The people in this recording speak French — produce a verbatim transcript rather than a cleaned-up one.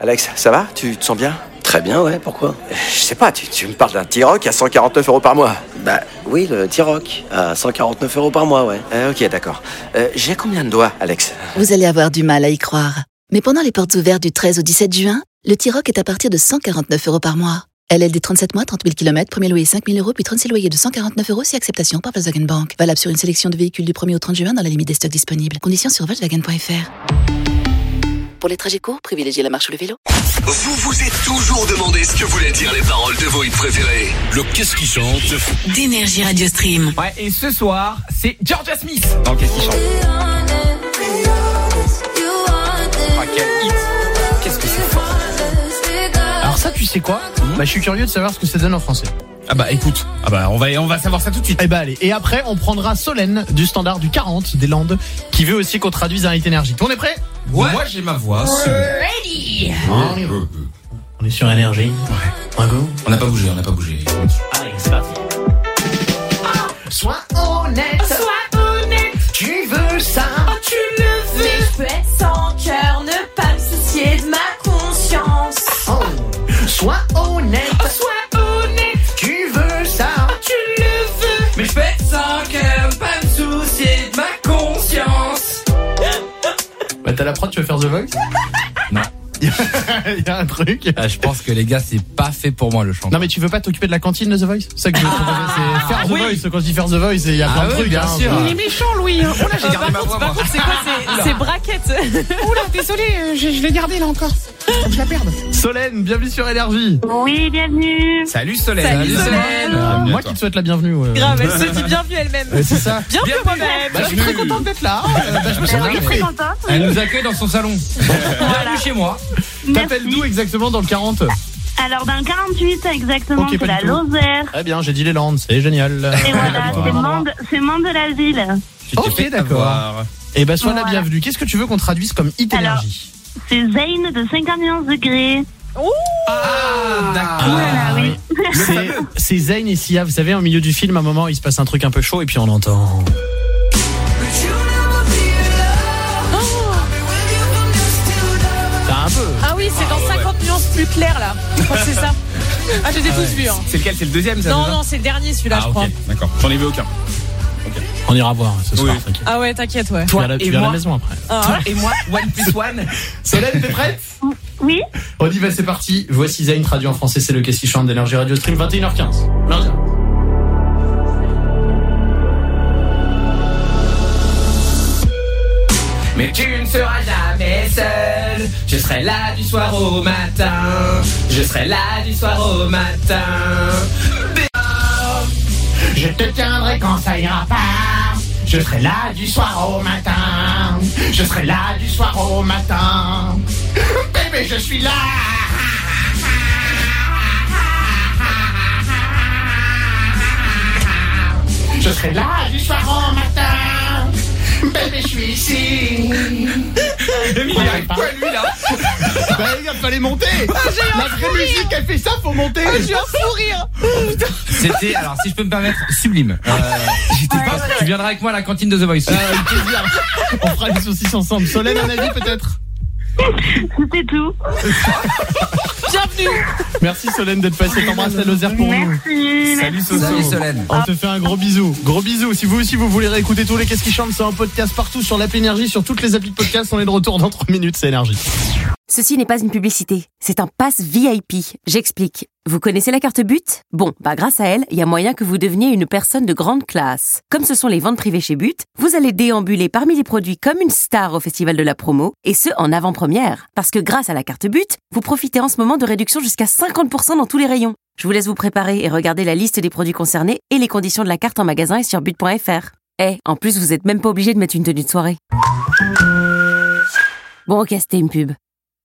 Alex, ça va? Tu te sens bien? Très bien, ouais, pourquoi? Je sais pas, tu, tu me parles d'un T-Roc à cent quarante-neuf euros par mois. Bah oui, le T-Roc, à cent quarante-neuf euros par mois, ouais. Euh, ok, d'accord. Euh, j'ai combien de doigts, Alex? Vous allez avoir du mal à y croire. Mais pendant les portes ouvertes du treize au dix-sept juin, le T-Roc est à partir de cent quarante-neuf euros par mois. L L D trente-sept mois, trente mille kilomètres, premier loyer cinq mille euros, puis trente-six loyers de cent quarante-neuf euros si acceptation par Volkswagen Bank. Valable sur une sélection de véhicules du premier au trente juin dans la limite des stocks disponibles. Conditions sur Volkswagen point F R. Pour les trajets courts, privilégiez la marche ou le vélo. Vous vous êtes toujours demandé ce que voulaient dire les paroles de vos hits préférés. Le Qu'est-ce qui chante d'Énergie Radio Stream. Ouais, et ce soir, c'est Georgia Smith dans le Qu'est-ce qui chante. Ah, quel hit. Qu'est-ce que c'est fort. Alors ça, tu sais quoi? mmh. Bah, je suis curieux de savoir ce que ça donne en français. Ah bah écoute, ah bah on va on va savoir ça tout de suite. Eh bah allez, et après on prendra Solène du standard du quarante des Landes qui veut aussi qu'on traduise un hit énergie. On est prêt? Ouais. Moi j'ai ma voix. Ready. On est, on est sur énergie. Ouais. On n'a pas bougé, on n'a pas bougé. Allez, c'est parti. Ah, sois honnête. Sois honnête. Tu veux ça? Oh, tu le veux. Mais je peux être sans cœur, ne pas me soucier de ma conscience. Oh, sois honnête. Oh, sois honnête. Tu veux ça? Oh, tu le veux. Mais je peux être sans cœur, pas me soucier de ma conscience. Bah t'as la prod, tu veux faire The Voice? Non. Il y a un truc. Ah, je pense que les gars, c'est pas fait pour moi le chant. Non mais tu veux pas t'occuper de la cantine de The Voice? C'est ça que je veux te proposer, c'est faire ah, The oui. Voice. Quand je dis faire The Voice, il y a plein ah, de oui, trucs. Bien hein, sûr. bah. Il est méchant, Louis. Oh là, j'ai euh, gardé ma voix. Par contre, c'est quoi? C'est, c'est braquette. Oula, désolé, je, je l'ai gardé là encore. Faut que je la perde. Solène, bienvenue sur Énergie. Oui, bienvenue. Salut Solène. Salut, Solène. Euh, moi qui te souhaite la bienvenue. Ouais. Grave, elle se dit bienvenue elle-même. Ouais, c'est ça. Bienvenue moi-même. Bah, je suis très contente d'être là. Euh, bah, je me sens Oui, bien. très contente. Elle nous accueille dans son salon. Bienvenue chez moi. T'appelles d'où exactement dans le quarante? Alors, dans le quarante-huit, exactement, Ok, pas c'est la du tout. Lozère. Très bien, j'ai dit les Landes, c'est génial. Et voilà, c'est Mende, c'est Mende de la ville. Ok, d'accord. Et bah, sois la Voilà. bienvenue. Qu'est-ce que tu veux qu'on traduise comme hit Alors, énergie? C'est Zayn de cinquante et onze degrés. Ah, d'accord. Voilà, oui. C'est, c'est Zayn et Sia. Vous savez, au milieu du film, à un moment, il se passe un truc un peu chaud et puis on entend. T'as un peu. Ah oui, c'est dans cinquante nuances plus claires là. Je crois que c'est ça. Ah, je les ai tous vus. Hein. C'est lequel? C'est le deuxième ça? Non, c'est ça non, c'est le dernier celui-là, Ah je crois. ok, d'accord. J'en ai vu aucun. On ira voir ce soir. Oui. T'inquiète. Ah ouais, t'inquiète, ouais. Tu vas à la, et tu vas à la moi maison après. Ah, Toi et moi, one plus one. Solène, t'es prête? Oui. On y va, c'est parti. Voici Zayn traduit en français, c'est le Qu'est-ce qui chante d'Énergie Radio Stream, vingt et une heures quinze. Lundi. Mais tu ne seras jamais seul. Je serai là du soir au matin. Je serai là du soir au matin. Je te tiendrai quand ça ira pas. Je serai là du soir au matin. Je serai là du soir au matin. Bébé, je suis là. Je serai là du soir au matin. Bébé, je suis ici. Mais il arrive quoi lui là? Bah les gars, fallait monter. La vraie musique, elle fait ça, faut monter. J'ai un fou rire. C'était, alors si je peux me permettre, sublime. Euh, j'étais pas, tu viendras avec moi à la cantine de The Voice. Euh, avec plaisir. On fera les saucisses ensemble. Solène, un avis peut-être? C'était tout. Bienvenue. Merci Solène d'être passée. T'embrasses la Lozère pour nous. Merci. Salut Soso. Salut Solène. On te fait un gros bisou. Gros bisou. Si vous aussi vous voulez réécouter tous les Qu'est-ce qui chante, c'est en podcast partout sur l'app Énergie, sur toutes les applis de podcast. On est de retour dans trois minutes, c'est Énergie. Ceci n'est pas une publicité, c'est un pass V I P. J'explique. Vous connaissez la carte But? Bon, bah grâce à elle, il y a moyen que vous deveniez une personne de grande classe. Comme ce sont les ventes privées chez But, vous allez déambuler parmi les produits comme une star au Festival de la Promo, et ce en avant-première. Parce que grâce à la carte But, vous profitez en ce moment de réductions jusqu'à cinquante pour cent dans tous les rayons. Je vous laisse vous préparer et regarder la liste des produits concernés et les conditions de la carte en magasin et sur but point f r. Eh, en plus vous êtes même pas obligé de mettre une tenue de soirée. Bon ok, c'était une pub.